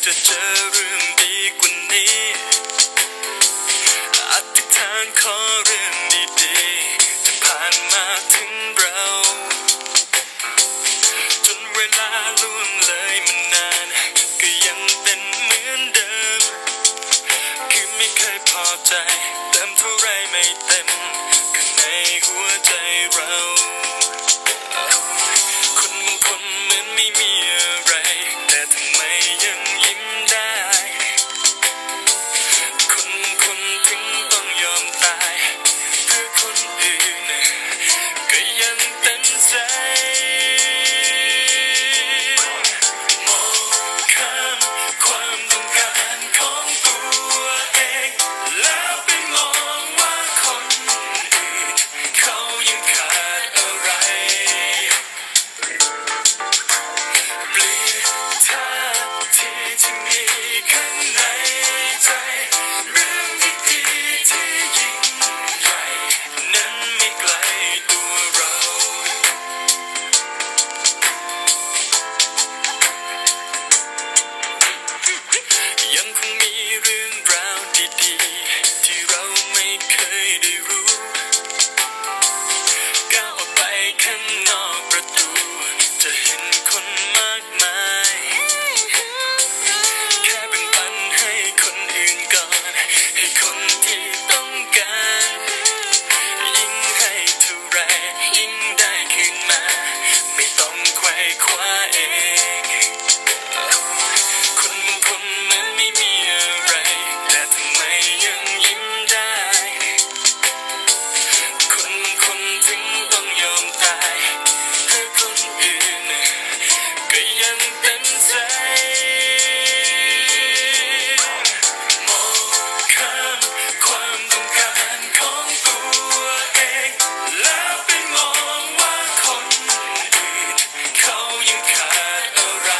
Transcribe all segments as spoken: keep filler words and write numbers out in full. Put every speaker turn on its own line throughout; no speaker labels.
จะเจอเรื่องดีกว่านี้อธิษฐานขอเรื่องดีๆจะผ่านมาถึงเราจนเวลาล่วงเลยมานานก็ยังเป็นเหมือนเดิมคือไม่เคยพอใจเติมเท่าไรไม่เต็มข้างในหัวใจเราคนบางคนเหมือนไม่มีอะไรแต่ทำไมยังยิ้มได้คนบางคนถึงต้องยอมตายเพื่อคนอื่นก็ยังเต็มใจมองข้ามความต้องการของตัวเองแล้วไปมองว่าคนอื่นเขายังขาดอะไรเปลี่ยนท่าทีที่มีข้างในใจเรื่องดีๆที่ยิ่งใหญ่นั้นไม่ไกลตัวเรายังคงมีเรื่องราวดีๆที่เราไม่เคยได้รู้ก้าวออกไปข้างนอกประตูจะเห็นคนมากมายแค่แบ่งปันให้คนอื่นก่อนให้คนที่ต้องการยิ่งให้เท่าไรยิ่งได้คืนมาไม่ต้องไขว่คว้าเองคนบางคนเหมือนไม่มีอะไรแต่ทำไมยังยิ้มได้คนบางคนถึงต้องยอมตายเพื่อคนอื่นก็ยังเต็มใจมองข้ามความต้องการของตัวเองแล้วไปมองว่าคนอื่นเขายังขาดอะไร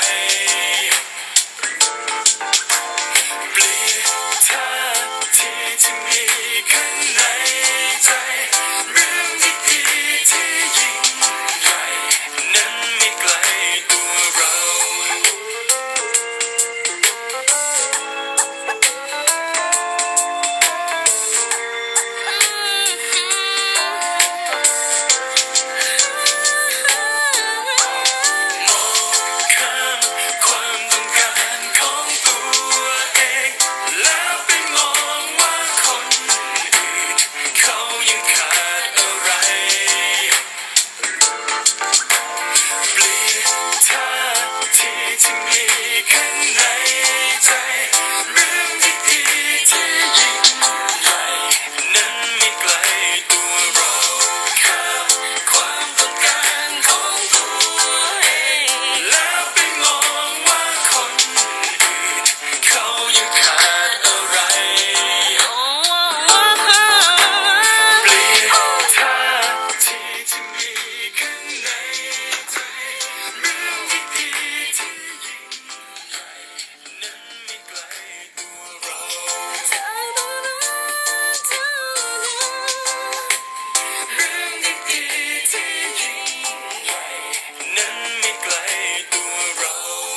เปลี่ยนท่าทีที่มีข้างในใจเรื่องดีๆที่ยิ่งใหญ่นั้นไม่ไกลตัวเรามองข้ามความต้องการของตัวเองแล้วไปมองว่าคนอื่นเขายังขาดอะไรเปลี่ยนท่าทีที่มีข้างในใจเรื่องดีๆที่ยิ่งใหญ่นั้นไม่ไกลตัวเราข้ามความต้องการของตัวเองแล้วไปมองว่าคนอื่นเขายังขาดอะไรเปลี่ยนท่าทีที่มีข้างในใจเรื่องดีๆที่ยิ่งใหญ่นั้นไม่ไกลตัวเราเรื่องดีๆที่ยิ่งใหญ่นั้นไม่ไกลตัวเรา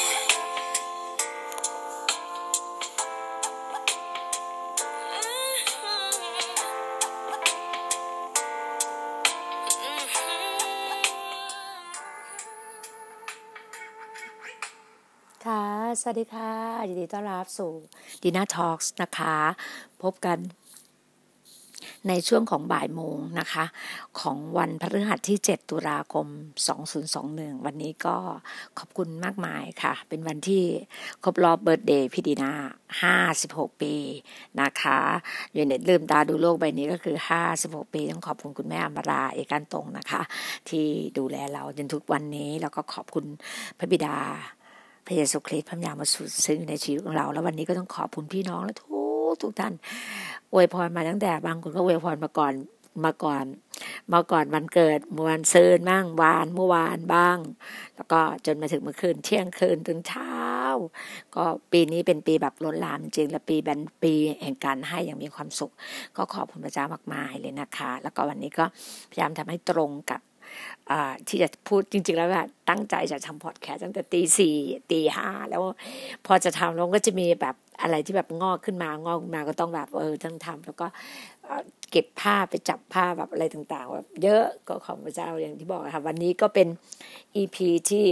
ค่ะ สวัสดีค่ะ ยินดีต้อนรับสู่ Dina Talks นะคะ พบกันในช่วงของบ่ายโมงนะคะ ของวันพฤหัสที่เจ็ดตุลาคมสองพันยี่สิบเอ็ดวันนี้ก็ขอบคุณมากมายค่ะ เป็นวันที่ครบรอบเบิร์ธเดย์พี่ดีนาห้าสิบหกปีนะคะอยู่ในลืมตาดูโลกใบนี้ก็คือห้าสิบหกปีต้องขอบคุณคุณแม่อมราเอกันตงนะคะที่ดูแลเราจนทุกวันนี้แล้วก็ขอบคุณพระบิดาพระเยซูคริสต์พระยามาสุดซึ้งในชีวิตของเราแล้ววันนี้ก็ต้องขอบคุณพี่น้องและทุกทุกท่านอวยพรมาตั้งแต่บางคนก็อวยพรมาก่อนมาก่อนมาก่อนวันเกิดเมื่อวันซืนบ้างวานเมื่อวานบ้างแล้วก็จนมาถึงเมื่อคืนเที่ยงคืนถึงเช้าก็ปีนี้เป็นปีแบบล้นหลามจริงและปีเป็นปีแห่งการให้อย่างมีความสุขก็ขอบคุณพระเจ้ามากมายเลยนะคะแล้วก็วันนี้ก็พยายามทำให้ตรงกับ เที่จะพูดจริงๆแล้วว่าตั้งใจจะทำพอดแคสต์ตั้งแต่ตีสี่ตีห้าแล้วพอจะทำแล้วก็จะมีแบบอะไรที่แบบงอกขึ้นมางอกขึ้นมาก็ต้องแบบเออต้องทำแล้วก็เก็บผ้าไปจับผ้าแบบอะไรต่างๆแบบเยอะก็ของพระเจ้าอย่างที่บอกค่ะวันนี้ก็เป็น อี พี ที่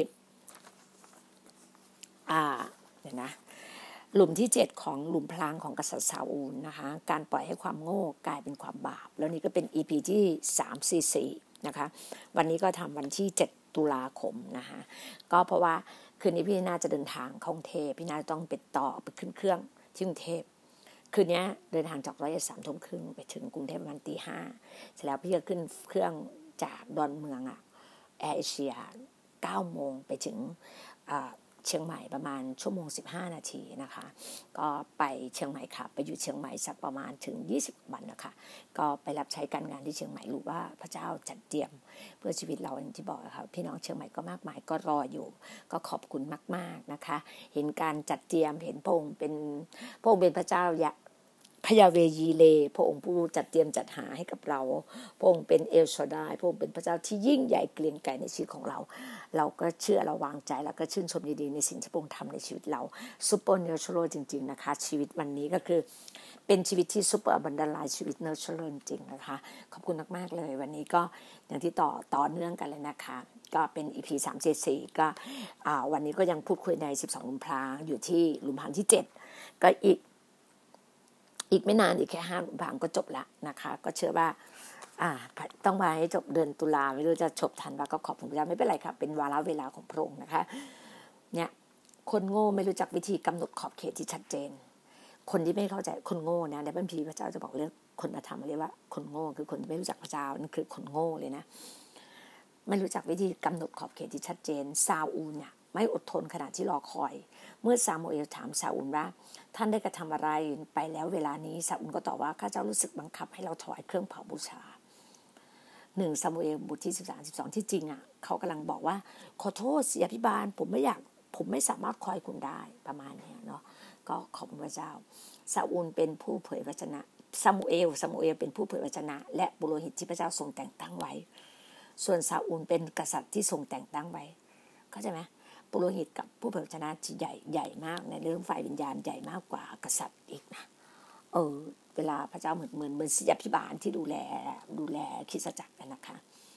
อ่าเดี๋ยวนะหลุมที่เจ็ดของหลุมพรางของกษัตริย์ซาอูลนะคะการปล่อยให้ความโง่กลายเป็นความบาปแล้วนี่ก็เป็น อี พี ที่สาม สี่ สี่นะคะวันนี้ก็ทำวันที่เจ็ดตุลาคมนะคะก็เพราะว่าคืนนี้พี่น่าจะเดินทางเข้ากรุงเทพพี่น่าต้องไปต่อไปขึ้นเครื่องที่กรุงเทพคืนนี้เดินทางจากร้อยเอ็ดสามทุ่มครึ่งไปถึงกรุงเทพวันตีห้าเสร็จแล้วพี่จะขึ้นเครื่องจากดอนเมืองอะแอร์เอเชียเก้าโมงไปถึงเชียงใหม่ประมาณชั่วโมงสิบห้านาทีนะคะก็ไปเชียงใหม่ค่ะไปอยู่เชียงใหม่สักประมาณถึงยี่สิบวันนะคะก็ไปรับใช้การงานที่เชียงใหม่รู้ว่าพระเจ้าจัดเตรียมเพื่อชีวิตเราอย่างที่บอกค่ะพี่น้องเชียงใหม่ก็มากมายก็รออยู่ก็ขอบคุณมากๆนะคะเห็นการจัดเตรียมเห็นพระองค์เป็นพระองค์เป็นพระเจ้าพระยาเวยีเลพระองค์ผู้จัดเตรียมจัดหาให้กับเราพระองค์เป็นเอลชาดายพระองค์เป็นพระเจ้าที่ยิ่งใหญ่เกรียงไกรในชีวิตของเราเราก็เชื่อเราวางใจแล้วก็ชื่นชมดีๆในสิ่งที่พระองค์ทำในชีวิตเราซุปเปอร์เนเชอรัลจริงๆนะคะชีวิตวันนี้ก็คือเป็นชีวิตที่ซุปเปอร์บันดาลายชีวิตเนเชอรัลจริงๆนะคะขอบคุณมากๆเลยวันนี้ก็อย่างที่ต่อต่อเนื่องกันเลยนะคะก็เป็น อี พี สาม สี่ สี่ก็วันนี้ก็ยังพูดคุยในสิบสองหลุมพรางอยู่ที่หลุมพรางที่เจ็ดก็อีกอีกไม่นานอีกแค่ห้าหลุมพรางก็จบแล้วนะคะก็เชื่อว่าอ่าต้องมาให้จบเดือนตุลาไม่รู้จะจบทันว่าก็ขอบคุณพระเจ้าไม่เป็นไรครับเป็นวาระเวลาของพระองค์นะคะเนี่ยคนโง่ไม่รู้จักวิธีกำหนดขอบเขตที่ชัดเจนคนที่ไม่เข้าใจคนโง่นะในพระคัมภีร์พระเจ้าจะบอกเรื่องคนธรรมเรียกว่าคนโง่คือคนที่ไม่รู้จักพระเจ้านั่นคือคนโง่เลยนะไม่รู้จักวิธีกำหนดขอบเขตที่ชัดเจนซาอูลเนี่ยไม่อดทนขณะที่รอคอยเมื่อซามูเอลถามซาอูลว่าท่านได้กระทำอะไรไปแล้วเวลานี้ซาอูลก็ตอบว่าข้าเจ้ารู้สึกบังคับให้เราถวายเครื่องเผาบูชาหนึ่งซามูเอลบทที่สิบสาม สิบสองที่จริงอ่ะเขากำลังบอกว่าขอโทษเสียพิบาลผมไม่อยากผมไม่สามารถคอยคุณได้ประมาณนี้เนาะก็ขอบคุณพระเจ้าซาอูลเป็นผู้เผยพระวจนะซามูเอลซามูเอลเป็นผู้เผยพระวจนะและปุโรหิตที่พระเจ้าทรงแต่งตั้งไว้ส่วนซาอูลเป็นกษัตริย์ที่ทรงแต่งตั้งไว้เข้าใจไหมปุโรหิตกับผู้เผยพระวจนะที่ใหญ่ใหญ่มากในเรื่องฝ่ายวิญญาณใหญ่มากกว่ากษัตริย์อีกนะเออเวลาพระเจ้าเหมือนเหมือนเหมือนศิษยาภิบาลที่ดูแลดูแลคริสตจักรกันนะคะ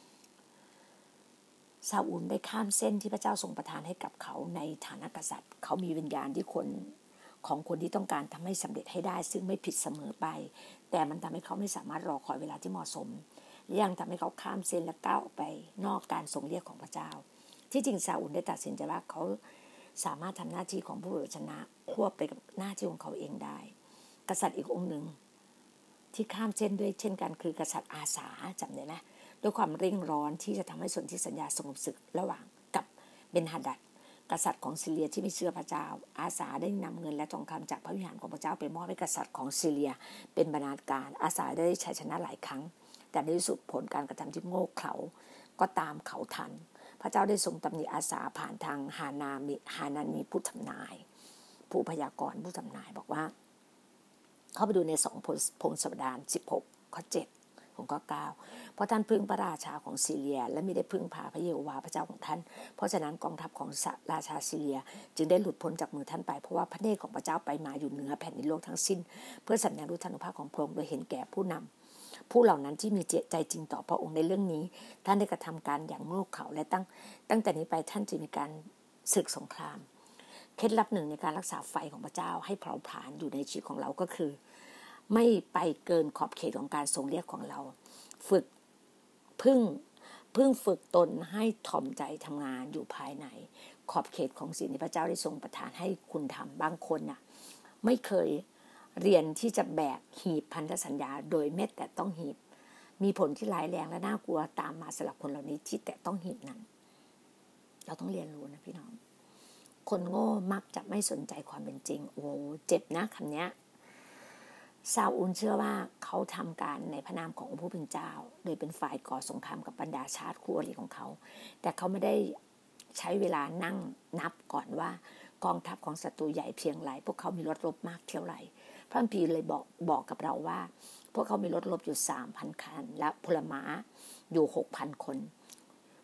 ซาอูลได้ข้ามเส้นที่พระเจ้าทรงประทานให้กับเขาในฐานะกษัตริย์เขามีวิญญาณที่คนของคนที่ต้องการทำให้สำเร็จให้ได้ซึ่งไม่ผิดเสมอไปแต่มันทำให้เขาไม่สามารถรอคอยเวลาที่เหมาะสมยังทำให้เขาข้ามเส้นและก้าวออกไปนอกการทรงเรียกของพระเจ้าที่จริงซาอูลได้ตัดสินใจว่าเขาสามารถทำหน้าที่ของผู้เผยพระวจนะควบไปกับหน้าที่ของเขาเองได้กษัตริย์อีกองค์หนึ่งที่ข้ามเส้นด้วยเช่นกันคือกษัตริย์อาสาจำได้ไหมด้วยความเร่งร้อนที่จะทำให้สนธิสัญญาสงบศึกระหว่างกับเบนฮาดัดกษัตริย์ของซีเรียที่ไม่เชื่อพระเจ้าอาสาได้นำเงินและทองคำจากพระวิหารของพระเจ้าไปมอบให้กษัตริย์ของซีเรียเป็นบรรณาธิการอาสาได้ชัยชนะหลายครั้งแต่ในที่สุดผลการกระทำที่โง่เขลาก็ตามเขาทันพระเจ้าได้ทรงตำหนิอาสาผ่านทางฮานามิฮานานีผู้ทำนายผู้พยากรณ์ผู้ทำนายบอกว่าเข้าไปดูในสองพงศาวดารสิบหกข้อเจ็ดของข้อเก้าเพราะท่านพึ่งพระราชาของซีเรียและไม่ได้พึ่งพาพระเยโฮวาห์พระเจ้าของท่านเพราะฉะนั้นกองทัพของราชาซีเรียจึงได้หลุดพ้นจากมือท่านไปเพราะว่าพระเนตรของพระเจ้าไปมาอยู่เหนือแผ่นดินโลกทั้งสิ้นเพื่อแสดงฤทธานุภาพของพระองค์โดยเห็นแก่ผู้นำผู้เหล่านั้นที่มีใจจริงต่อพระองค์ในเรื่องนี้ท่านได้กระทำการอย่างโง่เขลาและตั้งตั้งแต่นี้ไปท่านจะมีการศึกสงครามเคล็ดลับหนึ่งในการรักษาไฟของพระเจ้าให้เผาผลาญอยู่ในชีวิตของเราก็คือไม่ไปเกินขอบเขตของการทรงเรียกของเราฝึกพึ่งพึ่งฝึกตนให้ถ่อมใจทำงานอยู่ภายในขอบเขตของสิ่งที่พระเจ้าได้ทรงประทานให้คุณทำบางคนน่ะไม่เคยเรียนที่จะแบกหีบพันธสัญญาโดยแม้แต่ต้องหีบมีผลที่ร้ายแรงและน่ากลัวตามมาสำหรับคนเหล่านี้ที่แต่ต้องหีบนั้นเราต้องเรียนรู้นะพี่น้องคนโง่มักจะไม่สนใจความเป็นจริงโอ้เจ็บนะคำนี้ซาอูลเชื่อว่าเขาทำการในพระนามขององค์ผู้เป็นเจ้าโดยเป็นฝ่ายก่อสงครามกับบรรดาชาติคู่อริของเขาแต่เขาไม่ได้ใช้เวลานั่งนับก่อนว่ากองทัพของศัตรูใหญ่เพียงไรพวกเขามีรถรบมากเท่าไหร่พระคัมภีร์เลยบอกบอกกับเราว่าพวกเขามีรถรบอยู่ สามพัน คันและพลม้าอยู่ หกพัน คน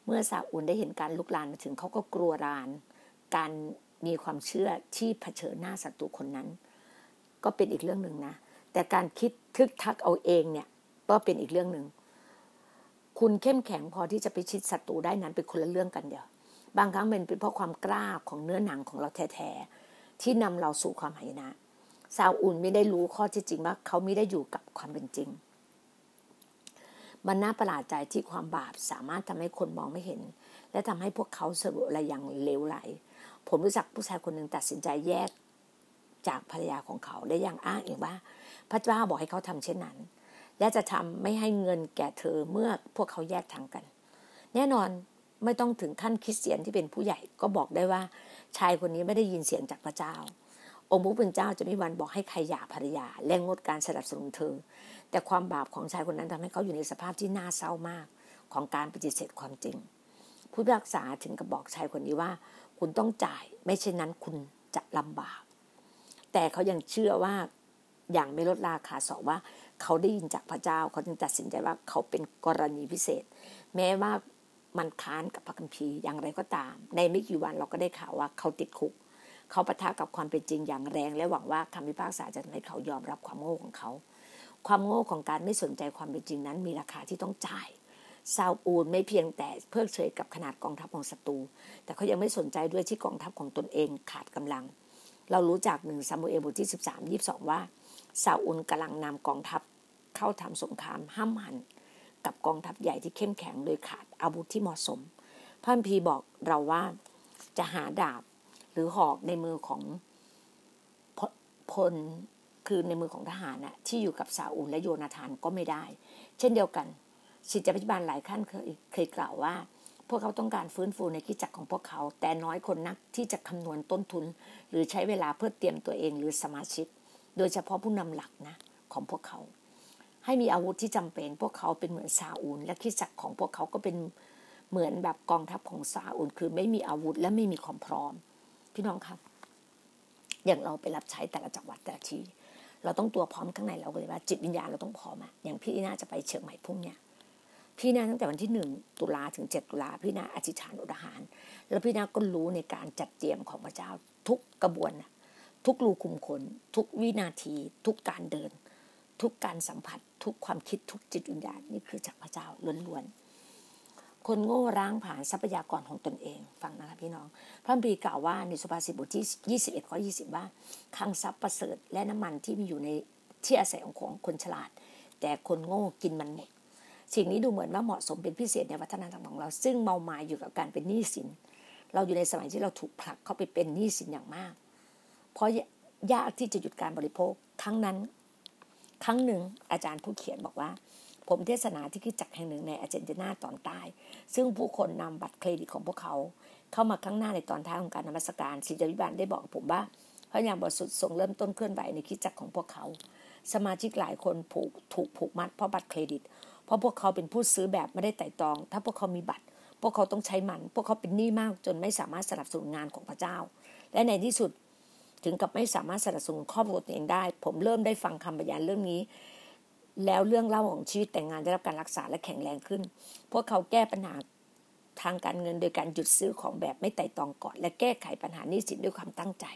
เมื่อซาอูลได้เห็นการลุกลามมาถึงเขาก็กลัวรานการมีความเชื่อที่เผชิญหน้าศัตรูคนนั้นก็เป็นอีกเรื่องนึงนะแต่การคิดทึกทักเอาเองเนี่ยก็เป็นอีกเรื่องนึงคุณเข้มแข็งพอที่จะไปชิดศัตรูได้นั้นเป็นคนละเรื่องกันเดียวบางครั้งมันเป็นเพราะความกล้าของเนื้อหนังของเราแท้ๆที่นำเราสู่ความหายนะซาอูลไม่ได้รู้ข้อที่จริงว่าเขาไม่ได้อยู่กับความเป็นจริงมันน่าประหลาดใจที่ความบาปสามารถทำให้คนมองไม่เห็นและทำให้พวกเขาสรุปอะไรอย่างเลวไหลผมรู้จักผู้ชายคนหนึ่งตัดสินใจแยกจากภรรยาของเขาและยังอ้างเองว่าพระเจ้าบอกให้เขาทำเช่นนั้นและจะทำไม่ให้เงินแก่เธอเมื่อพวกเขาแยกทางกันแน่นอนไม่ต้องถึงขั้นคริสเตียนที่เป็นผู้ใหญ่ก็บอกได้ว่าชายคนนี้ไม่ได้ยินเสียงจากพระเจ้าองค์ผู้เป็นเจ้าจะไม่มีวันบอกให้ใครหย่าภรรยาและงดการสนับสนุนเธอแต่ความบาปของชายคนนั้นทำให้เขาอยู่ในสภาพที่น่าเศร้ามากของการปฏิเสธความจริงผู้พิพากษาถึงกับบอกชายคนนี้ว่าคุณต้องจ่ายไม่เช่นนั้นคุณจะลำบากแต่เขายังเชื่อว่าอย่างไม่ลดราคาสอบว่าเขาได้ยินจากพระเจ้าเขาจึงตัดสินใจว่าเขาเป็นกรณีพิเศษแม้ว่ามันค้านกับพระคัมภีร์อย่างไรก็ตามในไม่กี่วันเราก็ได้ข่าวว่าเขาติดคุกเขาปะทะกับความเป็นจริงอย่างแรงและหวังว่าคำพิพากษาจะทำให้เขายอมรับความโง่ของเขาความโง่ของการไม่สนใจความเป็นจริงนั้นมีราคาที่ต้องจ่ายซาอูลไม่เพียงแต่เพิกเฉยกับขนาดกองทัพของศัตรูแต่เขายังไม่สนใจด้วยที่กองทัพของตนเองขาดกำลังเรารู้จากหนึ่งซามูเอลบทที่สิบสาม ยี่สิบสองว่าซาอูลกำลังนำกองทัพเข้าทำสงครามห้ำหั่นกับกองทัพใหญ่ที่เข้มแข็งโดยขาดอาวุธที่เหมาะสมพระคัมภีร์บอกเราว่าจะหาดาบหรือหอกในมือของพลคือในมือของทหารน่ะที่อยู่กับซาอูลและโยนาธานก็ไม่ได้เช่นเดียวกันศิษยาภิบาลหลายขั้นเคยเคยกล่าวว่าพวกเขาต้องการฟื้นฟูในคริสตจักรของพวกเขาแต่น้อยคนนักที่จะคำนวณต้นทุนหรือใช้เวลาเพื่อเตรียมตัวเองหรือสมาชิกโดยเฉพาะผู้นำหลักนะของพวกเขาให้มีอาวุธที่จำเป็นพวกเขาเป็นเหมือนซาอูลและคริสตจักรของพวกเขาก็เป็นเหมือนแบบกองทัพของซาอูลคือไม่มีอาวุธและไม่มีความพร้อมพี่น้องครับอย่างเราไปรับใช้แต่ละจังหวัดแต่ละที่เราต้องตัวพร้อมข้างในเราเลยว่าจิตวิญญาณเราต้องพร้อมอ่ะอย่างพี่น่าจะไปเชียงใหม่พรุ่งเนี้ยพี่นาตั้งแต่วันที่หนึ่งตุลาถึงเจ็ดตุลาพี่นาอธิษฐานอดอาหารแล้วพี่นาก็รู้ในการจัดเตรียมของพระเจ้าทุกกระบวนทุกรูขุมขนทุกวินาทีทุกการเดินทุกการสัมผัสทุกความคิดทุกจิตวิญญาณนี่คือจากพระเจ้าล้วนๆคนโง่ร้างผ่านทรัพยากรของตนเองฟังนะคะพี่น้องพระคัมภีร์กล่าวว่าในสุภาษิตบทที่ยี่สิบเอ็ดข้อยี่สิบว่าคลังทรัพย์ประเสริฐและน้ำมันที่มีอยู่ในที่อาศัยของคนฉลาดแต่คนโง่กินมันหมดสิ่งนี้ดูเหมือนว่าเหมาะสมเป็นพิเศษในวัฒนธรรมของเราซึ่งเมาหมายอยู่กับการเป็นหนี้สินเราอยู่ในสมัยที่เราถูกผลักเข้าไปเป็นหนี้สินอย่างมากเพราะยากที่จะหยุดการบริโภคครั้งนั้นครั้งหนึ่งอาจารย์ผู้เขียนบอกว่าผมเทศนาที่คริสตจักรแห่งหนึ่งในอาร์เจนตินาตอนใต้ซึ่งผู้คนนำบัตรเครดิตของพวกเขาเข้ามาข้างหน้าในตอนท้ายของการนมัสการศิษยาภิบาลได้บอกผมว่าพระยามบริสุทธิ์ทรงเริ่มต้นเคลื่อนไหวในคริสตจักรของพวกเขาสมาชิกหลายคนผูกถูกผูกมัดเพราะบัตรเครดิตเพราะพวกเขาเป็นผู้ซื้อแบบไม่ได้ไต่ตรองถ้าพวกเขามีบัตรพวกเขาต้องใช้มันพวกเขาเป็นหนี้มากจนไม่สามารถสนับสนุนงานของพระเจ้าและในที่สุดถึงกับไม่สามารถสนับสนุนครอบครัวตัวเองได้ผมเริ่มได้ฟังคำบรรยายเรื่องนี้แล้วเรื่องเล่าของชีวิตแต่งงานได้รับการรักษาและแข็งแรงขึ้นพวกเขาแก้ปัญหาทางการเงินโดยการหยุดซื้อของแบบไม่ไต่ตรองก่อนและแก้ไขปัญหาหนี้สินด้วยความตั้งใจ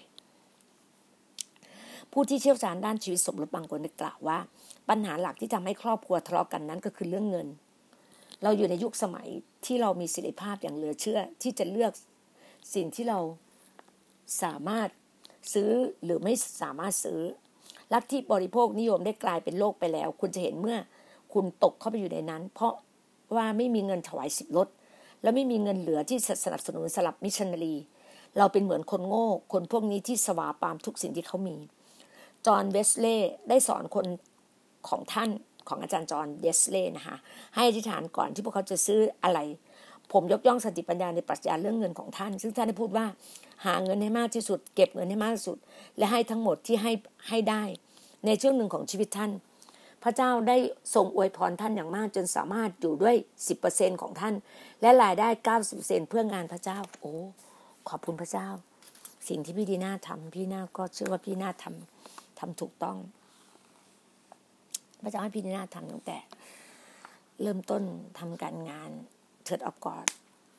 ผู้ที่เชี่ยวชาญด้านชีวิตสมรสบางคนได้กล่าวว่าปัญหาหลักที่ทำให้ครอบครัวทะเลาะกันนั้นก็คือเรื่องเงินเราอยู่ในยุคสมัยที่เรามีเสรีภาพอย่างเหลือเชื่อที่จะเลือกสิ่งที่เราสามารถซื้อหรือไม่สามารถซื้อลัทธิบริโภคนิยมได้กลายเป็นโลกไปแล้วคุณจะเห็นเมื่อคุณตกเข้าไปอยู่ในนั้นเพราะว่าไม่มีเงินถวายสิบรถและไม่มีเงินเหลือที่สนับสนุนสลับมิชชันนารีเราเป็นเหมือนคนโง่คนพวกนี้ที่สวาปามทุกสิ่งที่เขามีจอห์นเวสเลย์ได้สอนคนของท่านของอาจารย์จอห์นเวสเลย์นะคะให้อธิษฐานก่อนที่พวกเขาจะซื้ออะไรผมยกย่องสติปัญญาในปรัชญาเรื่องเงินของท่านซึ่งท่านได้พูดว่าหาเงินให้มากที่สุดเก็บเงินให้มากที่สุดและให้ทั้งหมดที่ให้ให้ได้ในช่วงหนึ่งของชีวิตท่านพระเจ้าได้ทรงอวยพรท่านอย่างมากจนสามารถอยู่ด้วย สิบเปอร์เซ็นต์ ของท่านและรายได้ เก้าสิบเปอร์เซ็นต์ เพื่องานพระเจ้าโอ้ขอบคุณพระเจ้าสิ่งที่พี่ดีน่าทำพี่น่าก็เชื่อว่าพี่น่าทำทำถูกต้องพระเจ้าให้พี่ดีน่าทำตั้งแต่เริ่มต้นทำการงาน Church of God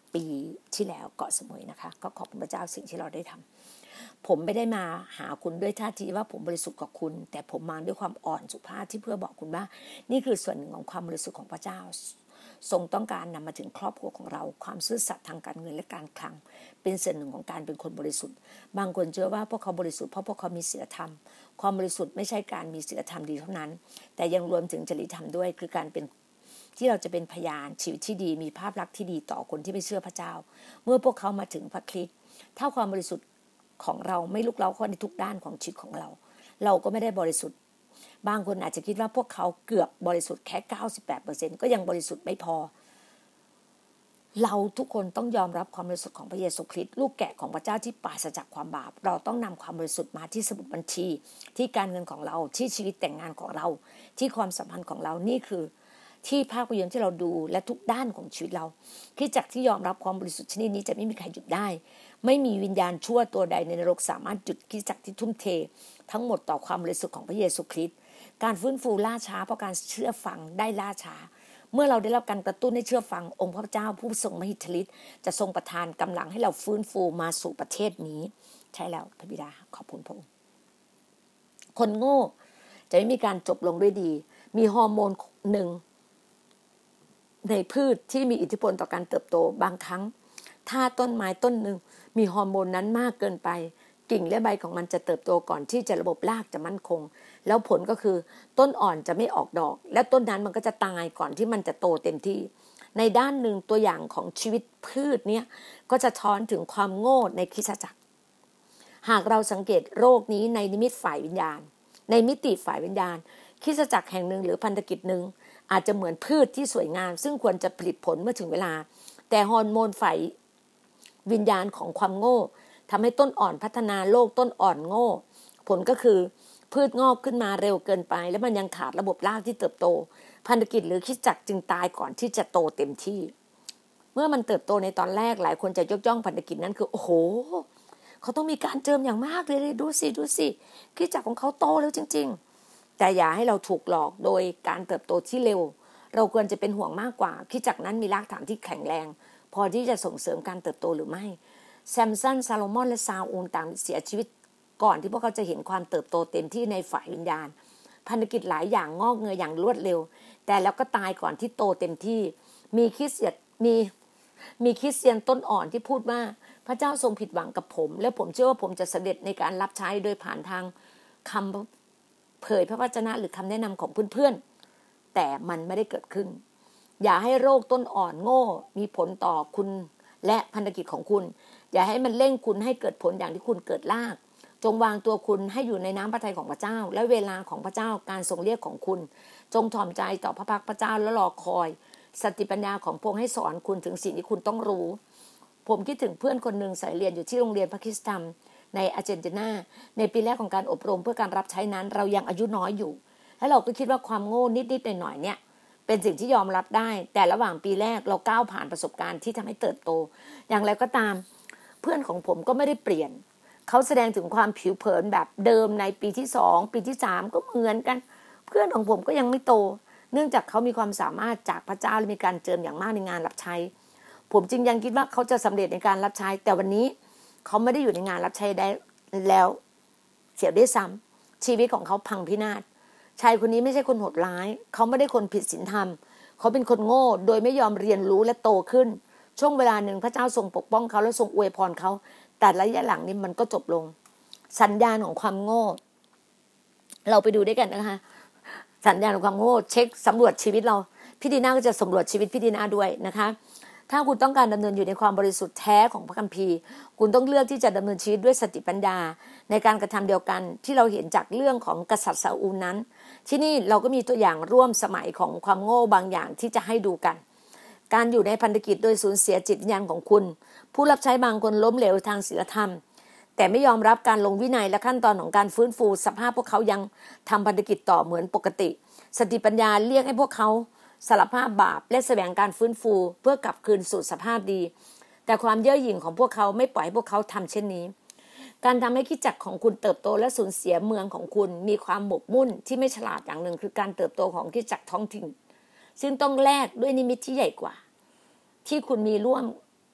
ปีที่แล้วเกาะสมุยนะคะก็ขอบคุณพระเจ้าสิ่งที่เราได้ทำผมไม่ได้มาหาคุณด้วยท่าทีว่าผมบริสุทธิ์กับคุณแต่ผมมาด้วยความอ่อนสุภาพที่เพื่อบอกคุณว่านี่คือส่วนหนึ่งของความบริสุทธิ์ของพระเจ้าทรงต้องการนำมาถึงครอบครัวของเราความซื่อสัตย์ทางการเงินและการคลังเป็นส่วนหนึ่งของการเป็นคนบริสุทธิ์บางคนเชื่อว่าพวกเขาบริสุทธิ์เพราะพวกเขามีศีลธรรมความบริสุทธิ์ไม่ใช่การมีศีลธรรมดีเท่านั้นแต่ยังรวมถึงจริยธรรมด้วยคือการเป็นที่เราจะเป็นพยานชีวิตที่ดีมีภาพลักษณ์ที่ดีต่อคนที่ไม่เชื่อพระเจ้าเมื่อพวกเขามาถึงพระคริสต์ถ้าความบริสุทธิ์ของเราไม่ลุกเล้าเข้าในทุกด้านของชีวิตของเราเราก็ไม่ได้บริสุทธิ์บางคนอาจจะคิดว่าพวกเขาเกือบบริสุทธิ์แค่ เก้าสิบแปดเปอร์เซ็นต์ ก็ยังบริสุทธิ์ไม่พอเราทุกคนต้องยอมรับความบริสุทธิ์ของพระเยซูคริสต์ลูกแกะของพระเจ้าที่ปราศจากความบาปเราต้องนำความบริสุทธิ์มาที่สมุดบัญชีที่การเงินของเราที่ชีวิตแต่งงานของเราที่ความสัมพันธ์ของเรานี่คือที่ภาพยนตร์ที่เราดูและทุกด้านของชีวิตเราคริสตจักรที่ยอมรับความบริสุทธิ์ชนิดนี้จะไม่มีใครหยุดได้ไม่มีวิญญาณชั่วตัวใดในนรกสามารถหยุดคริสตจักรที่ทุ่มเททั้งหมดต่อความบริสุทธิ์ของพระเยซูคริสต์การฟื้นฟูล่าช้าเพราะการเชื่อฟังได้ล่าช้าเมื่อเราได้รับการกระตุ้นให้เชื่อฟังองค์พระเจ้าผู้ทรงมหิทธิฤทธิ์จะทรงประทานกำลังให้เราฟื้นฟูมาสู่ประเทศนี้ใช่แล้วพระบิดาขอบคุณพระองค์คนโง่จะไม่มีการจบลงด้วยดีมีฮอร์โมนหนึ่งในพืชที่มีอิทธิพลต่อการเติบโตบางครั้งถ้าต้นไม้ต้นหนึ่งมีฮอร์โมนนั้นมากเกินไปกิ่งและใบของมันจะเติบโตก่อนที่จะระบบรากจะมั่นคงแล้วผลก็คือต้นอ่อนจะไม่ออกดอกและต้นนั้นมันก็จะตายก่อนที่มันจะโตเต็มที่ในด้านหนึ่งตัวอย่างของชีวิตพืชเนี้ยก็จะท้อนถึงความโง่ในคริสตจักรหากเราสังเกตโรคนี้ในนิมิตฝ่ายวิญญาณในมิติฝ่ายวิญญาณคริสตจักรแห่งหนึ่งหรือพันธกิจหนึ่งอาจจะเหมือนพืชที่สวยงามซึ่งควรจะผลิตผลเมื่อถึงเวลาแต่ฮอร์โมนฝ่ายวิญญาณของความโง่ทำให้ต้นอ่อนพัฒนาโรคต้นอ่อนโง่ผลก็คือพืชงอกขึ้นมาเร็วเกินไปแล้วมันยังขาดระบบรากที่เติบโตพันธกิจหรือคริสตจักรจึงตายก่อนที่จะโตเต็มที่เมื่อมันเติบโตในตอนแรกหลายคนจะยกย่องพันธกิจนั้นคือโอ้โหเขาต้องมีการเจิมอย่างมากเลยดูสิดูสิคริสตจักรของเขาโตแล้วจริงๆแต่อย่าให้เราถูกหลอกโดยการเติบโตที่เร็วเราควรจะเป็นห่วงมากกว่าคริสตจักรนั้นมีรากฐานที่แข็งแรงพอที่จะส่งเสริมการเติบโตหรือไม่แซมสันซาโลมอนและซาอูลต่างเสียชีวิตก่อนที่พวกเขาจะเห็นความเติบโตเต็มที่ในฝ่ายวิญญาณพันธกิจหลายอย่างงอกเงยอย่างรวดเร็วแต่แล้วก็ตายก่อนที่โตเต็มที่มีคริสเตียนมีมีคริสเตียนต้นอ่อนที่พูดว่าพระเจ้าทรงผิดหวังกับผมและผมเชื่อว่าผมจะเสด็จในการรับใช้โดยผ่านทางคำเผยพระวจนะหรือคำแนะนำของเพื่อนๆแต่มันไม่ได้เกิดขึ้นอย่าให้โรคต้นอ่อนโง่มีผลต่อคุณและพันธกิจของคุณอย่าให้มันเร่งคุณให้เกิดผลอย่างที่คุณเกิดลากจงวางตัวคุณให้อยู่ในน้ำพระทัยของพระเจ้าและเวลาของพระเจ้าการทรงเรียกของคุณจงถ่อมใจต่อพระพักพระเจ้าและรอคอยสติปัญญาของพระองค์ให้สอนคุณถึงสิ่งที่คุณต้องรู้ผมคิดถึงเพื่อนคนหนึ่งสายเรียนอยู่ที่โรงเรียนพระคริสตธรรมในอาร์เจนตินาในปีแรกของการอบรมเพื่อการรับใช้นั้นเรายังอายุน้อยอยู่และเราก็คิดว่าความโง่นิดๆหน่อยๆเนี่ยเป็นสิ่งที่ยอมรับได้แต่ระหว่างปีแรกเราก้าวผ่านประสบการณ์ที่ทำให้เติบโตอย่างไรก็ตามเพื่อนของผมก็ไม่ได้เปลี่ยนเขาแสดงถึงความผิวเผินแบบเดิมในปีที่สองปีที่สามก็เหมือนกันเพื่อนของผมก็ยังไม่โตเนื่องจากเขามีความสามารถจากพระเจ้าและมีการเจิมอย่างมากในงานรับใช้ผมจึงยังคิดว่าเขาจะสำเร็จในการรับใช้แต่วันนี้เขาไม่ได้อยู่ในงานรับใช้ได้แล้วเสียด้วยซ้ำชีวิตของเขาพังพินาศชายคนนี้ไม่ใช่คนโหดร้ายเขาไม่ได้คนผิดศีลธรรมเขาเป็นคนโง่โดยไม่ยอมเรียนรู้และโตขึ้นช่วงเวลาหนึ่งพระเจ้าทรงปกป้องเขาและทรงอวยพรเขาแต่ระยะหลังนี้มันก็จบลงสัญญาณของความโง่เราไปดูด้วยกันนะคะสัญญาณของความโง่เช็คสำรวจชีวิตเราพี่ดีน่าก็จะสำรวจชีวิตพี่ดีน่าด้วยนะคะถ้าคุณต้องการดำเนินอยู่ในความบริสุทธิ์แท้ของพระคัมภีร์คุณต้องเลือกที่จะดำเนินชีวิตด้วยสติปัญญาในการกระทำเดียวกันที่เราเห็นจากเรื่องของกษัตริย์ซาอูลนั้นที่นี่เราก็มีตัวอย่างร่วมสมัยของความโง่บางอย่างที่จะให้ดูกันการอยู่ในพันธกิจโดยสูญเสียจิตวิญญาณของคุณผู้รับใช้บางคนล้มเหลวทางศีลธรรมแต่ไม่ยอมรับการลงวินัยและขั้นตอนของการฟื้นฟูสภาพพวกเขายังทำพันธกิจต่อเหมือนปกติสติปัญญาเรียกให้พวกเขาสารภาพบาปและแสวงการฟื้นฟูเพื่อกลับคืนสู่สภาพดีแต่ความเย่อหยิ่งของพวกเขาไม่ปล่อยให้พวกเขาทำเช่นนี้การทำให้คริสตจักรของคุณเติบโตและสูญเสียเมืองของคุณมีความหมกมุ่นที่ไม่ฉลาดอย่างหนึ่งคือการเติบโตของคริสตจักรท้องถิ่นซึ่งต้องแลกด้วยนิมิตที่ใหญ่กว่าที่คุณมีร่วม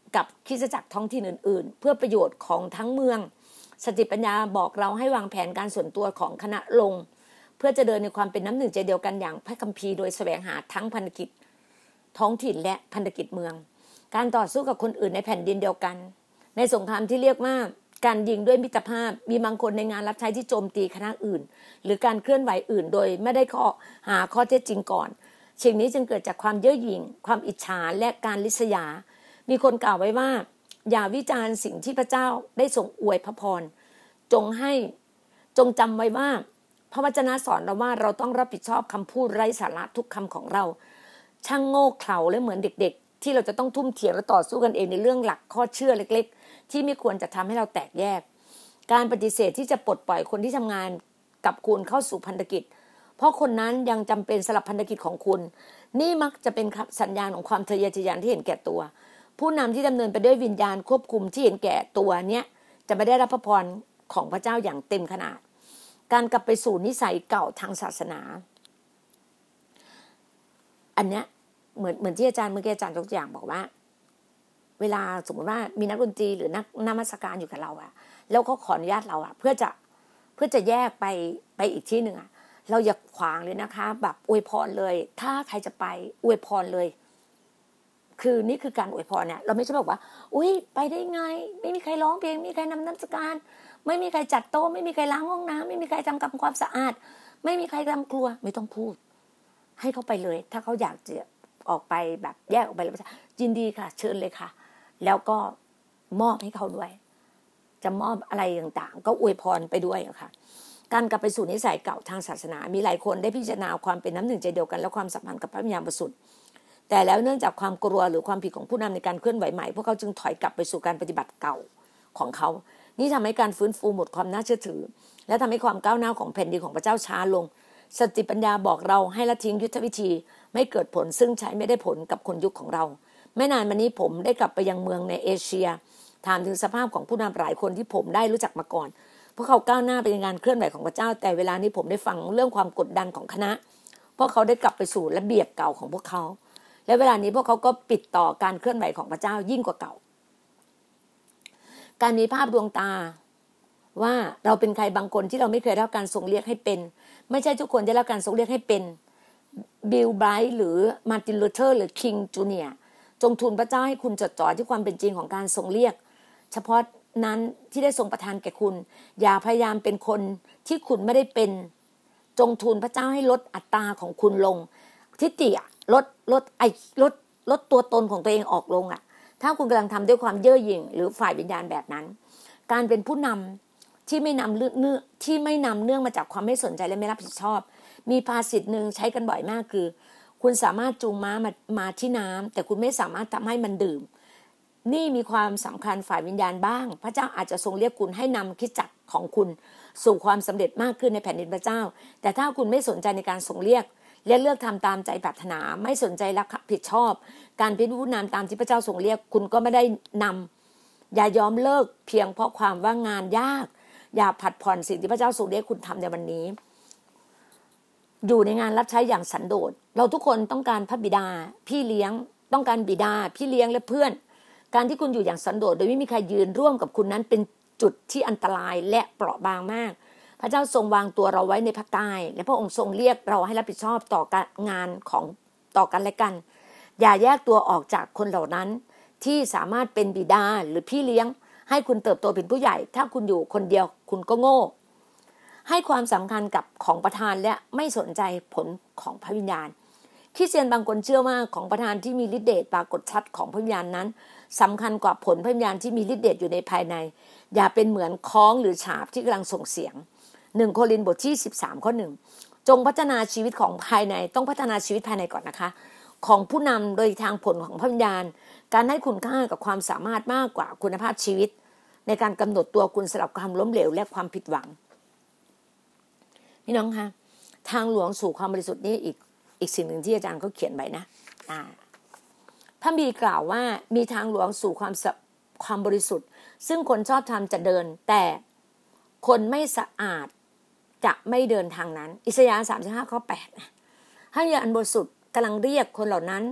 กับคริสตจักรท้องถิ่นอื่นๆเพื่อประโยชน์ของทั้งเมืองสติปัญญาบอกเราให้วางแผนการส่วนตัวของคณะลงเพื่อจะเดินในความเป็นน้ำหนึ่งใจเดียวกันอย่างพระคัมภีร์โดยแสวงหาทั้งพันธกิจท้องถิ่นและพันธกิจเมืองการต่อสู้กับคนอื่นในแผ่นดินเดียวกันในสงครามที่เรียกว่าการยิงด้วยมิตรภาพมีบางคนในงานรับใช้ที่โจมตีคณะอื่นหรือการเคลื่อนไหวอื่นโดยไม่ได้ข้อหาข้อเท็จจริงก่อนสิ่งนี้จึงเกิดจากความเย่อหยิ่งความอิจฉาและการลิษยามีคนกล่าวไว้ว่าอย่าวิจารณ์สิ่งที่พระเจ้าได้ทรงอวยพระพรจงให้จงจำไว้ว่าพระวจนะสอนเราว่าเราต้องรับผิดชอบคำพูดไร้สาระทุกคำของเราช่างโง่เขลาและเหมือนเด็กๆที่เราจะต้องทุ่มเทและต่อสู้กันเองในเรื่องหลักข้อเชื่อเล็กๆที่ไม่ควรจะทำให้เราแตกแยกการปฏิเสธที่จะปลดปล่อยคนที่ทำงานกับคุณเข้าสู่พันธกิจเพราะคนนั้นยังจำเป็นสำหรับพันธกิจของคุณนี่มักจะเป็นสัญญาณของความทะเยอทะยานที่เห็นแก่ตัวผู้นำที่ดำเนินไปด้วยวิญญาณควบคุมที่เห็นแก่ตัวเนี้ยจะไม่ได้รับพระพรของพระเจ้าอย่างเต็มขนาดการกลับไปสู่นิสัยเก่าทางศาสนาอันเนี้ยเหมือนเหมือนที่อาจารย์เมื่อกี้อาจารย์ยกตัวอย่างบอกว่าเวลาสมมติว่ามีนักดนตรีหรือนักนมัสการอยู่กับเราอะแล้วเขาขออนุญาตเราอะเพื่อจะเพื่อจะแยกไปไปอีกที่หนึ่งอะเราอย่าขวางเลยนะคะแบบอวยพรเลยถ้าใครจะไปอวยพรเลยคือนี่คือการอวยพรเนี่ยเราไม่ใช่บอกว่าอุ้ยไปได้ไงไม่มีใครร้องเพลงไม่มีใครนำนมัสการไม่มีใครจัดโต๊ะไม่มีใครล้างห้องน้ำไม่มีใครทำความสะอาดไม่มีใครทำครัวไม่ต้องพูดให้เขาไปเลยถ้าเขาอยากจะออกไปแบบแยกออกไปแล้วยินดีค่ะเชิญเลยค่ะแล้วก็มอบให้เขาด้วยจะมอบอะไรต่างๆก็อวยพรไปด้วยค่ะการกลับไปสู่นิสัยเก่าทางศาสนามีหลายคนได้พิจารณาความเป็นน้ำหนึ่งใจเดียวกันและความสัมพันธ์กับพระวิญญาณบริสุทธิ์แต่แล้วเนื่องจากความกลัวหรือความผิดของผู้นำในการเคลื่อนไหวใหม่พวกเขาจึงถอยกลับไปสู่การปฏิบัติเก่าของเขานี่ทำให้การฟื้นฟูหมดความน่าเชื่อถือและทำให้ความก้าวหน้าของแผ่นดินของพระเจ้าช้าลงสติปัญญาบอกเราให้ละทิ้งยุทธวิธีไม่เกิดผลซึ่งใช้ไม่ได้ผลกับคนยุคของเราไม่นานมานี้ผมได้กลับไปยังเมืองในเอเชียถามถึงสภาพของผู้นำหลายคนที่ผมได้รู้จักมาก่อนพวกเขาก้าวหน้าไปในงานเคลื่อนไหวของพระเจ้าแต่เวลานี้ผมได้ฟังเรื่องความกดดันของคณะพวกเขาได้กลับไปสู่ระเบียบเก่าของพวกเขาและเวลานี้พวกเขาก็ปิดต่อการเคลื่อนไหวของพระเจ้ายิ่งกว่าเก่าการมีภาพดวงตาว่าเราเป็นใครบางคนที่เราไม่เคยได้รับการทรงเรียกให้เป็นไม่ใช่ทุกคนได้รับการทรงเรียกให้เป็นบิลไบรท์หรือมาร์ตินลูเทอร์หรือคิงจูเนียร์จงทูลพระเจ้าให้คุณจดจ่อที่ความเป็นจริงของการทรงเรียกเฉพาะนั้นที่ได้ทรงประทานแก่คุณอย่าพยายามเป็นคนที่คุณไม่ได้เป็นจงทูลพระเจ้าให้ลดอัตราของคุณลงทิฏฐิลดลดไอลดลดตัวตนของตัวเองออกลงอ่ะถ้าคุณกำลังทำด้วยความเย่อหยิ่งหรือฝ่ายวิญญาณแบบนั้นการเป็นผู้นำที่ไม่นำเนื่องที่ไม่นำเนื่องมาจากความไม่สนใจและไม่รับผิดชอบมีภาษิตหนึ่งใช้กันบ่อยมากคือคุณสามารถจูงม้ามามาที่น้ำแต่คุณไม่สามารถทำให้มันดื่มนี่มีความสำคัญฝ่ายวิญญาณบ้างพระเจ้าอาจจะทรงเรียกคุณให้นำคริสตจักรของคุณสู่ความสำเร็จมากขึ้นในแผ่นดินพระเจ้าแต่ถ้าคุณไม่สนใจในการทรงเรียกและเลือกทำตามใจปรารถนาไม่สนใจรับผิดชอบการเป็นผู้นำตามที่พระเจ้าทรงเรียกคุณก็ไม่ได้นำอย่ายอมเลิกเพียงเพราะความว่างานยากอย่าผัดผ่อนสิ่งที่พระเจ้าทรงเรียกคุณทำในวันนี้อยู่ในงานรับใช้อย่างสันโดษเราทุกคนต้องการพระบิดาพี่เลี้ยงต้องการบิดาพี่เลี้ยงและเพื่อนการที่คุณอยู่อย่างสันโดษโดยไม่มีใครยืนร่วมกับคุณนั้นเป็นจุดที่อันตรายและเปราะบางมากพระเจ้าทรงวางตัวเราไว้ในพระกายและพระองค์ทรงเรียกเราให้รับผิดชอบต่อการงานของต่อกันและกันอย่าแยกตัวออกจากคนเหล่านั้นที่สามารถเป็นบิดาหรือพี่เลี้ยงให้คุณเติบโตเป็นผู้ใหญ่ถ้าคุณอยู่คนเดียวคุณก็โง่ให้ความสำคัญกับของประทานและไม่สนใจผลของพระวิญญาณคริสเตียนบางคนเชื่อว่าของประทานที่มีฤทธิ์เดชปรากฏชัดของพระวิญญาณนั้นสำคัญกว่าผลพระวิญญาณที่มีฤทธิ์เดชอยู่ในภายในอย่าเป็นเหมือนค้องหรือฉาบที่กำลังส่งเสียงหนึ่งโครินธ์บทที่สิบสามข้อหนึ่งจงพัฒนาชีวิตของภายในต้องพัฒนาชีวิตภายในก่อนนะคะของผู้นำโดยทางผลของพระวิญญาณการให้คุณค่ากับความสามารถมากกว่าคุณภาพชีวิตในการกำหนดตัวคุณสำหรับความล้มเหลวและความผิดหวังพี่น้องคะทางหลวงสู่ความบริสุทธิ์นี้อีกอีกสิ่งหนึ่งที่อาจารย์เขาเขียนไว้นะอ่าพระบีกล่าวว่ามีทางหลวงสู่ความความบริสุทธิ์ซึ่งคนชอบธรรมจะเดินแต่คนไม่สะอาดจะไม่เดินทางนั้นอิสยาห์สามสิบห้าข้อแปดนะพระวิญญาณบริสุทธิ์กำลังเรียกคนเหล่านั้น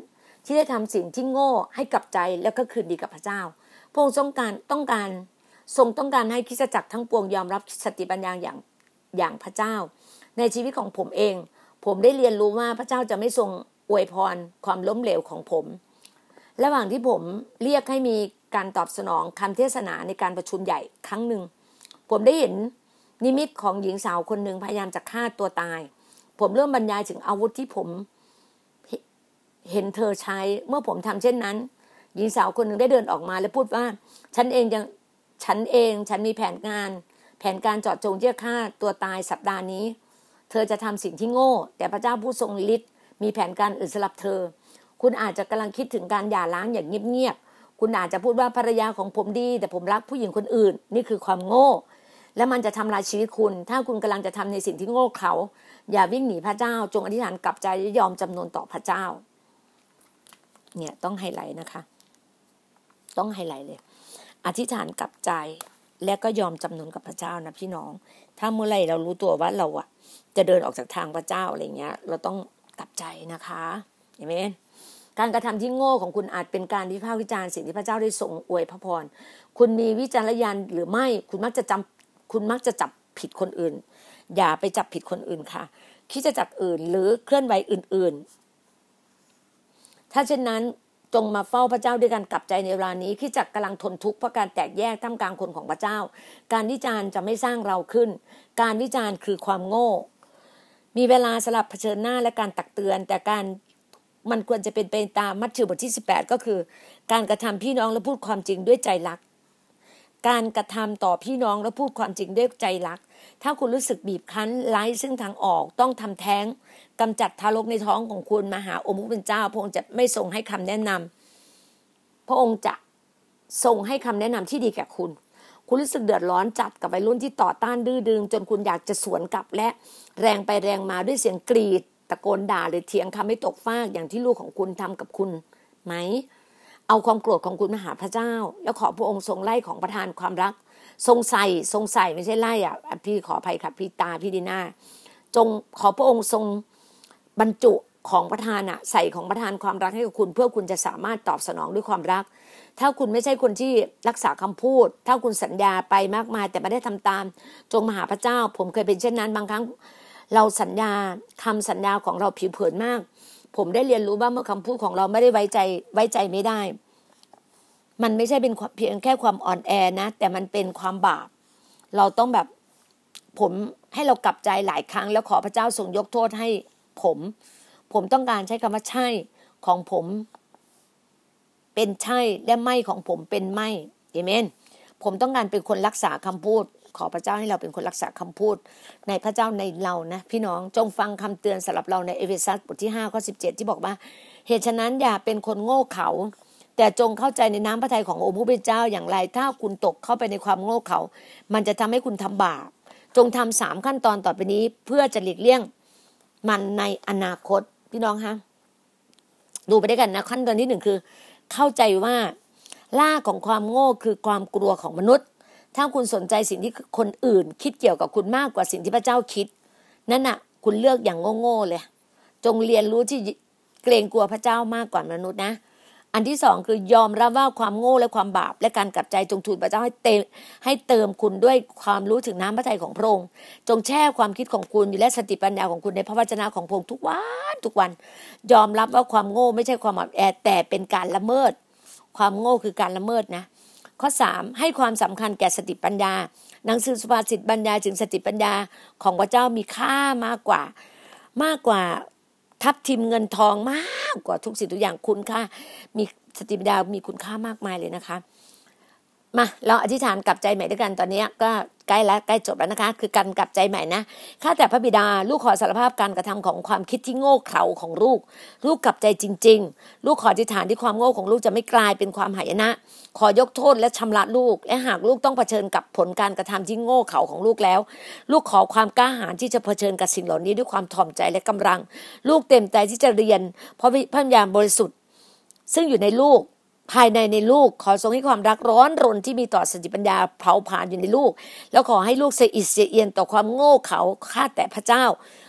ที่ได้ทำสิ่งที่โง่ให้กลับใจแล้วก็คืนดีกับพระเจ้าพระองค์ต้องการต้องการทรงต้องการให้คริสตจักรทั้งปวงยอมรับสติปัญญาอย่างอย่างพระเจ้าในชีวิตของผมเองผมได้เรียนรู้ว่าพระเจ้าจะไม่ทรงอวยพรความล้มเหลวของผมระหว่างที่ผมเรียกให้มีการตอบสนองคำเทศนาในการประชุมใหญ่ครั้งหนึ่งผมได้เห็นนิมิตของหญิงสาวคนหนึ่งพยายามจะฆ่าตัวตายผมเริ่มบรรยายถึงอาวุธที่ผมเห็นเธอใช้เมื่อผมทำเช่นนั้นหญิงสาวคนหนึ่งได้เดินออกมาและพูดว่าฉันเองยังฉันเองฉันมีแผนงานแผนการเจาะจงที่จะฆ่าตัวตายสัปดาห์นี้เธอจะทำสิ่งที่โง่แต่พระเจ้าผู้ทรงฤทธิ์มีแผนการอื่นสำหรับเธอคุณอาจจะกำลังคิดถึงการหย่าร้างอย่างเงียบๆคุณอาจจะพูดว่าภรรยาของผมดีแต่ผมรักผู้หญิงคนอื่นนี่คือความโง่และมันจะทำลายชีวิตคุณถ้าคุณกำลังจะทำในสิ่งที่โง่เขลาอย่าวิ่งหนีพระเจ้าจงอธิษฐานกลับใจและยอมจำนนต่อพระเจ้าเนี่ยต้องไฮไลท์นะคะต้องไฮไลท์เลยอธิษฐานกลับใจและก็ยอมจำนนกับพระเจ้านะพี่น้องถ้าเมื่อไหร่เรารู้ตัวว่าเราอะจะเดินออกจากทางพระเจ้าอะไรเงี้ยเราต้องกลับใจนะคะเห็นไหมการกระทำที่โง่ของคุณอาจเป็นการวิพากษ์วิจารณ์สิ่งที่พระเจ้าได้ทรงอวยพระพรคุณมีวิจารณญาณหรือไม่คุณมักจะจำคุณมักจะจับผิดคนอื่นอย่าไปจับผิดคนอื่นค่ะคิดจะจับอื่นหรือเคลื่อนไหวอื่นๆถ้าเช่นนั้นจงมาเฝ้าพระเจ้าด้วยการกลับใจในเวลานี้ที่จักกำลังทนทุกข์เพราะการแตกแยกท่ามกลางคนของพระเจ้าการวิจารณ์จะไม่สร้างเราขึ้นการวิจารณ์คือความโง่มีเวลาสลับเผชิญหน้าและการตักเตือนแต่การมันควรจะเป็นไปตามมัทธิวบทที่สิบแปดก็คือการกระทำพี่น้องและพูดความจริงด้วยใจรักการกระทำต่อพี่น้องและพูดความจริงด้วยใจรักถ้าคุณรู้สึกบีบคั้นไร้ซึ่งทางออกต้องทำแท้งกำจัดทารกในท้องของคุณมาหาองค์ผู้เป็นเจ้าพระองค์จะไม่ทรงให้คำแนะนำพระองค์จะทรงให้คำแนะนำที่ดีแก่คุณคุณรู้สึกเดือดร้อนจัดกับวัยรุ่นที่ต่อต้านดื้อดึงจนคุณอยากจะสวนกลับและแรงไปแรงมาด้วยเสียงกรีดตะโกนด่าหรือเถียงคำไม่ตกฟากอย่างที่ลูกของคุณทำกับคุณไหมเอาความโกรธของคุณมาหาพระเจ้าแล้วขอพระองค์ทรงไล่ของประทานความรักทรงใส่ทรงใส่ไม่ใช่ไล่อ่ะพี่ขออภัยค่ะพี่ตาพี่ดีน่าจงขอพระองค์ทรงบรรจุของประทานอ่ะใส่ของประทานความรักให้กับคุณเพื่อคุณจะสามารถตอบสนองด้วยความรักถ้าคุณไม่ใช่คนที่รักษาคำพูดถ้าคุณสัญญาไปมากมายแต่ไม่ได้ทำตามจงมาหาพระเจ้าผมเคยเป็นเช่นนั้นบางครั้งเราสัญญาคำสัญญาของเราผิวเผินมากผมได้เรียนรู้ว่าเมื่อคำพูดของเราไม่ได้ไว้ใจไว้ใจไม่ได้มันไม่ใช่เป็นเพียงแค่ความอ่อนแอนะแต่มันเป็นความบาปเราต้องแบบผมให้เรากลับใจหลายครั้งแล้วขอพระเจ้าทรงยกโทษให้ผมผมต้องการใช้คำว่าใช่ของผมเป็นใช่และไม่ของผมเป็นไม่เอเมนผมต้องการเป็นคนรักษาคำพูดขอพระเจ้าให้เราเป็นคนรักษาคำพูดในพระเจ้าในเรานะพี่น้องจงฟังคำเตือนสำหรับเราในเอเฟซัสบทที่ห้าข้อสิบเจ็ดที่บอกว่าเหตุฉะนั้นอย่าเป็นคนโง่เขลาแต่จงเข้าใจในน้ำพระทัยขององค์ผู้เป็นเจ้าอย่างไรถ้าคุณตกเข้าไปในความโง่เขลามันจะทำให้คุณทำบาปจงทำสามขั้นตอนต่อไปนี้เพื่อจะหลีกเลี่ยงมันในอนาคตพี่น้องคะดูไปด้วยกันนะขั้นตอนที่หนึ่งคือเข้าใจว่าล่าของความโง่คือความกลัวของมนุษย์ถ้าคุณสนใจสิ่งที่คนอื่นคิดเกี่ยวกับคุณมากกว่าสิ่งที่พระเจ้าคิดนั่นน่ะคุณเลือกอย่างโง่ๆเลยจงเรียนรู้ที่เกรงกลัวพระเจ้ามากกว่ามนุษย์นะอันที่สองคือยอมรับว่าความโง่และความบาปและการกลับใจจงทูลพระเจ้าให้เติมให้เติมคุณด้วยความรู้ถึงน้ำพระทัยของพระองค์จงแช่ความคิดของคุณและสติปัญญาของคุณในพระวจนะของพระองค์ทุกวันทุกวันยอมรับว่าความโง่ไม่ใช่ความอ่อนแอแต่เป็นการละเมิดความโง่คือการละเมิดนะข้อสามให้ความสำคัญแก่สติปัญญาหนังสือสุภาษิตบรรยายถึงสติปัญญาของพระเจ้ามีค่ามากกว่ามากกว่าทับทิมเงินทองมากกว่าทุกสิ่งทุกอย่างคุณค่ามีสติปัญญามีคุณค่ามากมายเลยนะคะมาเราอธิษฐานกลับใจใหม่ด้วยกันตอนนี้ก็ใกล้แล้วใกล้จบแล้วนะคะคือการกลับใจใหม่นะข้าแต่พระบิดาลูกขอสารภาพการกระทำของความคิดที่โง่เขลาของลูกลูกกลับใจจริงๆลูกขออธิษฐานที่ความโง่ของลูกจะไม่กลายเป็นความหายนะขอยกโทษและชำระลูกและหากลูกต้องเผชิญกับผลการกระทำที่โง่เขลาของลูกแล้วลูกขอความกล้าหาญที่จะเผชิญกับสิ่งเหล่านี้ด้วยความถ่อมใจและกำลังลูกเต็มใจที่จะเรียนเพราะพระวิญญาณบริสุทธิ์ซึ่งอยู่ในลูกภายในในลูกขอทรงให้ความรักร้อนรนที่มีต่อสติปัญญาเผาผลาญอยู่ในลูกแล้วขอให้ลูกเสียอิดเสียเอียนต่อความโง่เขลาข้าแต่พระเจ้า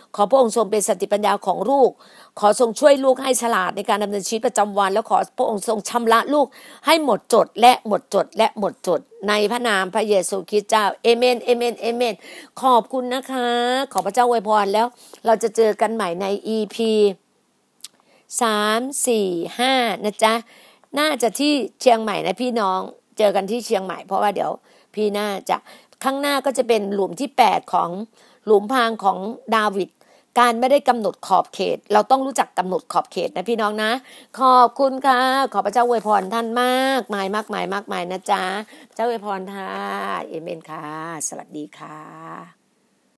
ขอพระองค์ทรงเป็นสติปัญญาของลูกขอทรงช่วยลูกให้ฉลาดในการดำเนินชีวิตประจำวันแล้วขอพระองค์ทรงชำระลูกให้หมดจดและหมดจดและหมดจดในพระนามพระเยซูคริสต์เจ้าเอเมนเอเมนเอเมนขอบคุณนะคะขอพระเจ้าอวยพรแล้วเราจะเจอกันใหม่ใน อี พี สาม สี่ ห้านะจ๊ะน่าจะที่เชียงใหม่นะพี่น้องเจอกันที่เชียงใหม่เพราะว่าเดี๋ยวพี่น่าจะข้างหน้าก็จะเป็นหลุมที่แปดของหลุมพรางของดาวิดการไม่ได้กำหนดขอบเขตเราต้องรู้จักกำหนดขอบเขตนะพี่น้องนะขอบคุณค่ะขอพระเจ้าอวยพรท่านมากมายมากมายมากมายนะจ๊ะพระเจ้าอวยพรค่ะเอเมนค่ะสวัสดีค่ะ